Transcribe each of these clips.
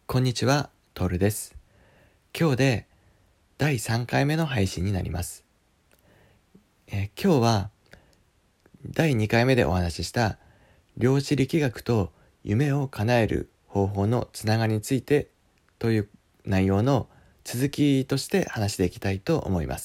こんにちは、トールです。今日で第3回目の配信になります。今日は第2回目でお話しした量子力学と夢を叶える方法のつながりについてという内容の続きとして話していきたいと思います。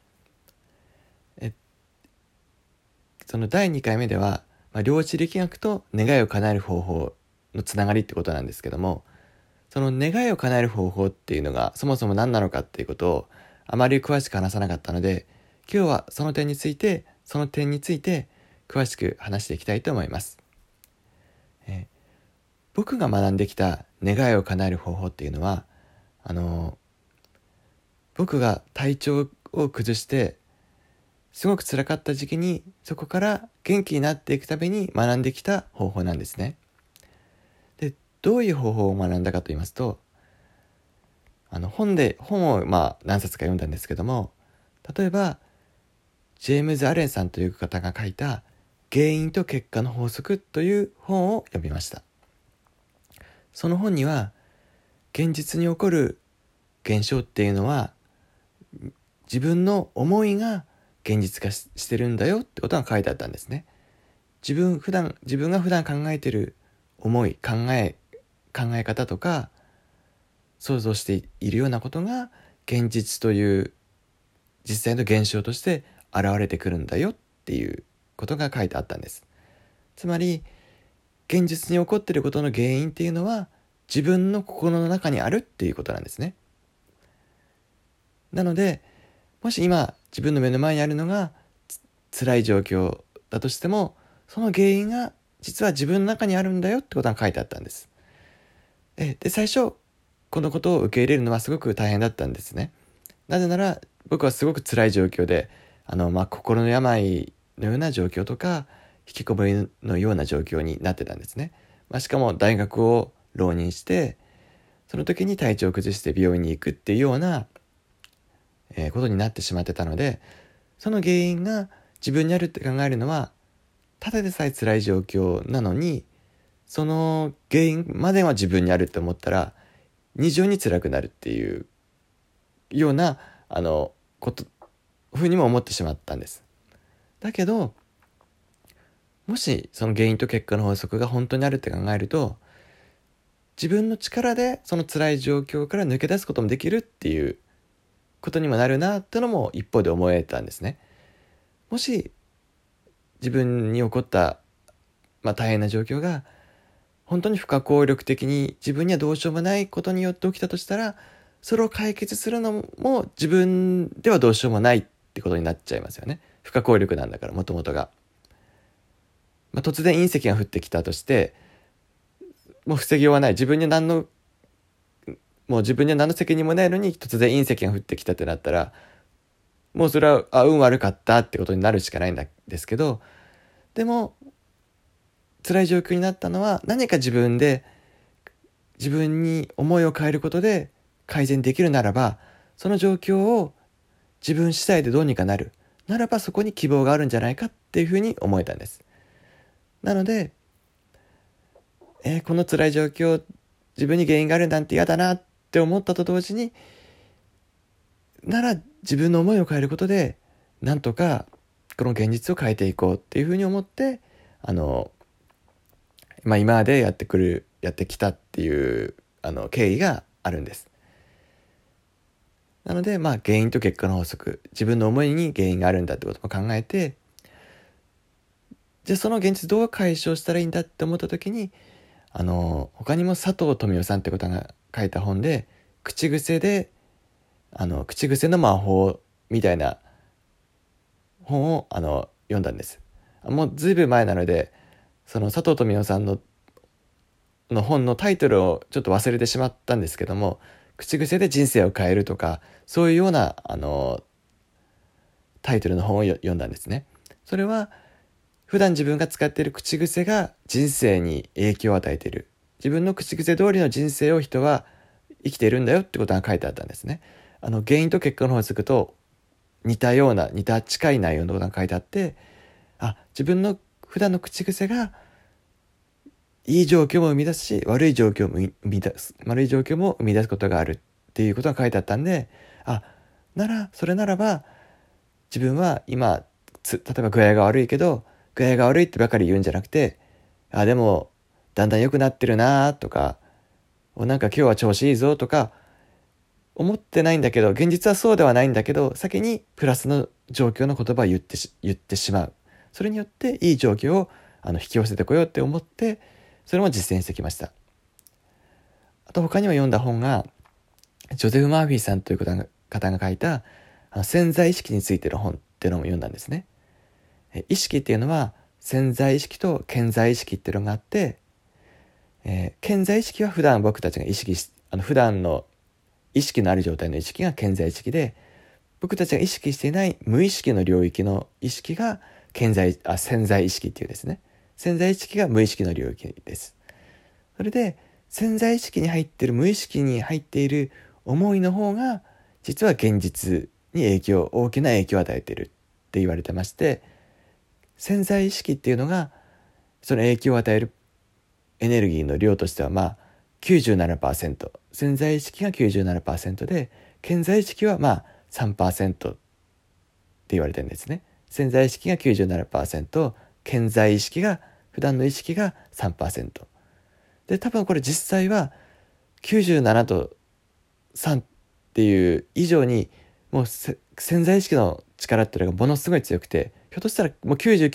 その第2回目では、量子力学と願いを叶える方法のつながりってことなんですけども、その願いを叶える方法っていうのがそもそも何なのかっていうことをあまり詳しく話さなかったので、今日はその点について詳しく話していきたいと思います。僕が学んできた願いを叶える方法っていうのは、僕が体調を崩してすごく辛かった時期に、そこから元気になっていくために学んできた方法なんですね。で、どういう方法を学んだかと言いますと、本を何冊か読んだんですけども、例えばジェームズ・アレンさんという方が書いた原因と結果の法則という本を読みました。その本には、現実に起こる現象っていうのは自分の思いが現実化してるんだよってことが書いてあったんですね。自分が普段考えてる思い、考え方とか想像しているようなことが現実という実際の現象として現れてくるんだよっていうことが書いてあったんです。つまり現実に起こっていることの原因っていうのは自分の心の中にあるっていうことなんですね。なので、もし今自分の目の前にあるのが辛い状況だとしても、その原因が実は自分の中にあるんだよってことが書いてあったんです。で、最初このことを受け入れるのはすごく大変だったんですね。なぜなら僕はすごく辛い状況で、心の病のような状況とか引きこもりのような状況になってたんですね。しかも大学を浪人して、その時に体調を崩して病院に行くっていうような、ことになってしまってたので、その原因が自分にあるって考えるのはただでさえ辛い状況なのに、その原因までは自分にあるって思ったら二重に辛くなるっていうようなふうにも思ってしまったんです。だけど、もしその原因と結果の法則が本当にあるって考えると、自分の力でその辛い状況から抜け出すこともできるっていうことにもなるなってのも一方で思えたんですね。もし自分に起こった、大変な状況が本当に不可抗力的に自分にはどうしようもないことによって起きたとしたら、それを解決するのも自分ではどうしようもないってことになっちゃいますよね。不可抗力なんだから、もともとが。突然隕石が降ってきたとして、もう防ぎようがない。自分には何の責任もないのに突然隕石が降ってきたってなったら、もうそれは運悪かったってことになるしかないんですけど、でも辛い状況になったのは何か自分に思いを変えることで改善できるならば、その状況を自分次第でどうにかなるならば、そこに希望があるんじゃないかっていうふうに思えたんです。なので、この辛い状況、自分に原因があるなんて嫌だなって思ったと同時に、なら自分の思いを変えることでなんとかこの現実を変えていこうっていうふうに思って、今までやってきたっていう経緯があるんです。なので、原因と結果の法則、自分の思いに原因があるんだってことも考えて、じゃあその現実どう解消したらいいんだって思った時に、他にも佐藤富夫さんって方が書いた本で、口癖の魔法みたいな本を読んだんです。もうずいぶん前なので、その佐藤富夫さんの本のタイトルをちょっと忘れてしまったんですけども、口癖で人生を変えるとか、そういうようなタイトルの本を読んだんですね。それは普段自分が使っている口癖が人生に影響を与えている。自分の口癖通りの人生を人は生きているんだよってことが書いてあったんですね。原因と結果の法則と似た近い内容のことが書いてあって、自分の普段の口癖がいい状況も生み出すし、悪い状況も生み出すことがあるっていうことが書いてあったんで、それならば自分は今例えば具合が悪いけど、具合が悪いってばかり言うんじゃなくて、でもだんだん良くなってるなとか、なんか今日は調子いいぞとか思ってないんだけど、現実はそうではないんだけど、先にプラスの状況の言葉を言ってしまう。それによっていい状況を引き寄せてこようって思って、それも実践してきました。あと他にも読んだ本が、ジョゼフ・マーフィーさんという方が書いた潜在意識についての本っていうのも読んだんですね。意識っていうのは潜在意識と潜在意識っていうのがあって、潜在意識は普段僕たちが普段の意識のある状態の意識が潜在意識で、僕たちが意識していない無意識の領域の意識が潜在意識っていうですね。潜在意識が無意識の領域です。それで潜在意識に入っている無意識に入っている思いの方が実は現実に大きな影響を与えているって言われてまして、潜在意識っていうのがその影響を与えるエネルギーの量としては97%、潜在意識が 97% で潜在意識は3% って言われてるんですね。潜在意識が 97%、潜在意識が普段の意識が 3%で、多分これ実際は97と3っていう以上にもう潜在意識の力っていうのがものすごい強くて、ひょっとしたらもう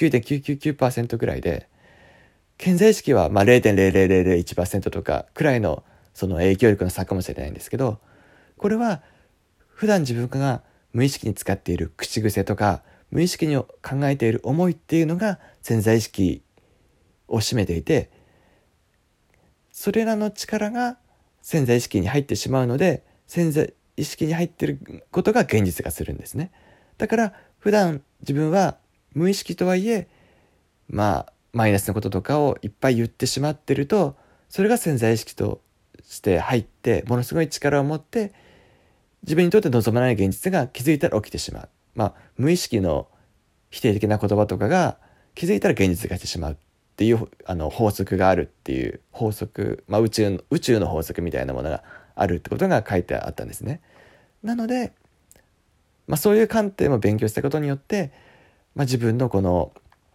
99.999% ぐらいで、潜在意識は0.00001% とかくらいのその影響力の差かもしれないんですけど、これは普段自分が無意識に使っている口癖とか無意識に考えている思いっていうのが潜在意識を占めていて、それらの力が潜在意識に入ってしまうので、潜在意識に入っていることが現実化するんですね。だから普段自分は無意識とはいえマイナスのこととかをいっぱい言ってしまってると、それが潜在意識として入ってものすごい力を持って自分にとって望まない現実が気づいたら起きてしまう。無意識の否定的な言葉とかが気づいたら現実化してしまうっていう法則があるっていう法則、宇宙の法則みたいなものがあるってことが書いてあったんですね。なので、そういう観点を勉強したことによって、自分のこの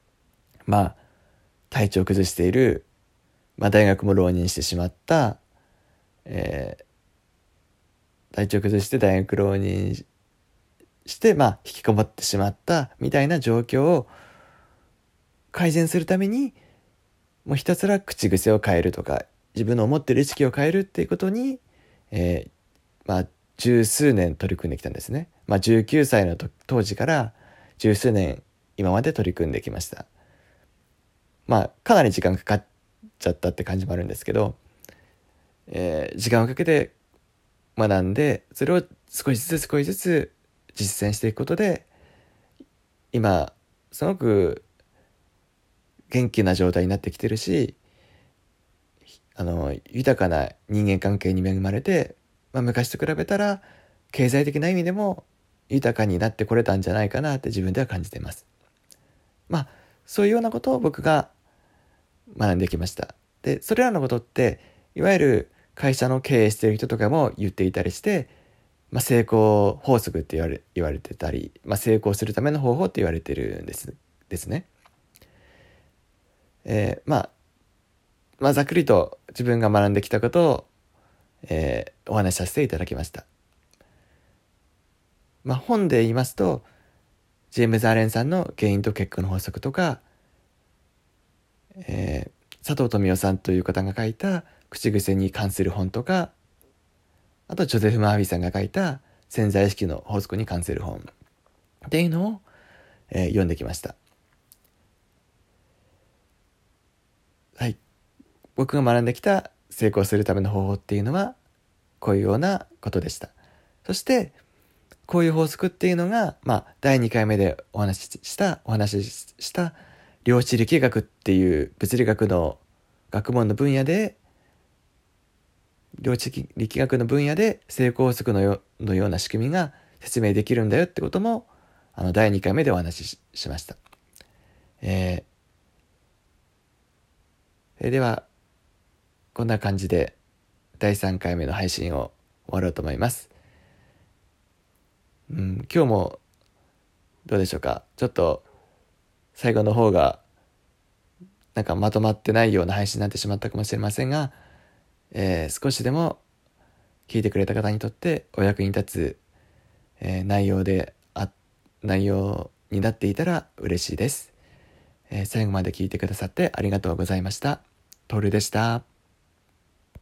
体調を崩している、大学も浪人してしまった、体調を崩して大学浪人して、引きこもってしまったみたいな状況を改善するために、もうひたすら口癖を変えるとか自分の思っている意識を変えるっていうことに、十数年取り組んできたんですね。19歳の当時から十数年今まで取り組んできました。かなり時間かかっちゃったって感じもあるんですけど、時間をかけて学んで、それを少しずつ実践していくことで、今すごく元気な状態になってきてるし、豊かな人間関係に恵まれて、昔と比べたら経済的な意味でも豊かになってこれたんじゃないかなって自分では感じています。そういうようなことを僕が学んできました。で、それらのことっていわゆる会社の経営している人とかも言っていたりして、成功法則って言われてたり、成功するための方法って言われてるんですね。ざっくりと自分が学んできたことを、お話しさせていただきました。本で言いますと、ジェームズ・アレンさんの原因と結果の法則とか、佐藤富夫さんという方が書いた口癖に関する本とか、あとジョゼフ・マーフィーさんが書いた潜在意識の法則に関する本っていうのを、読んできました。はい。僕が学んできた成功するための方法っていうのはこういうようなことでした。そしてこういう法則っていうのが、第2回目でお話しした量子力学っていう物理学の学問の分野で、量子力学の分野で成功法則のような仕組みが説明できるんだよってことも第2回目でお話ししました。ではこんな感じで第3回目の配信を終わろうと思います。今日もどうでしょうか。ちょっと最後の方がなんかまとまってないような配信になってしまったかもしれませんが、少しでも聞いてくれた方にとってお役に立つ、内容になっていたら嬉しいです。最後まで聞いてくださってありがとうございました。トールでした。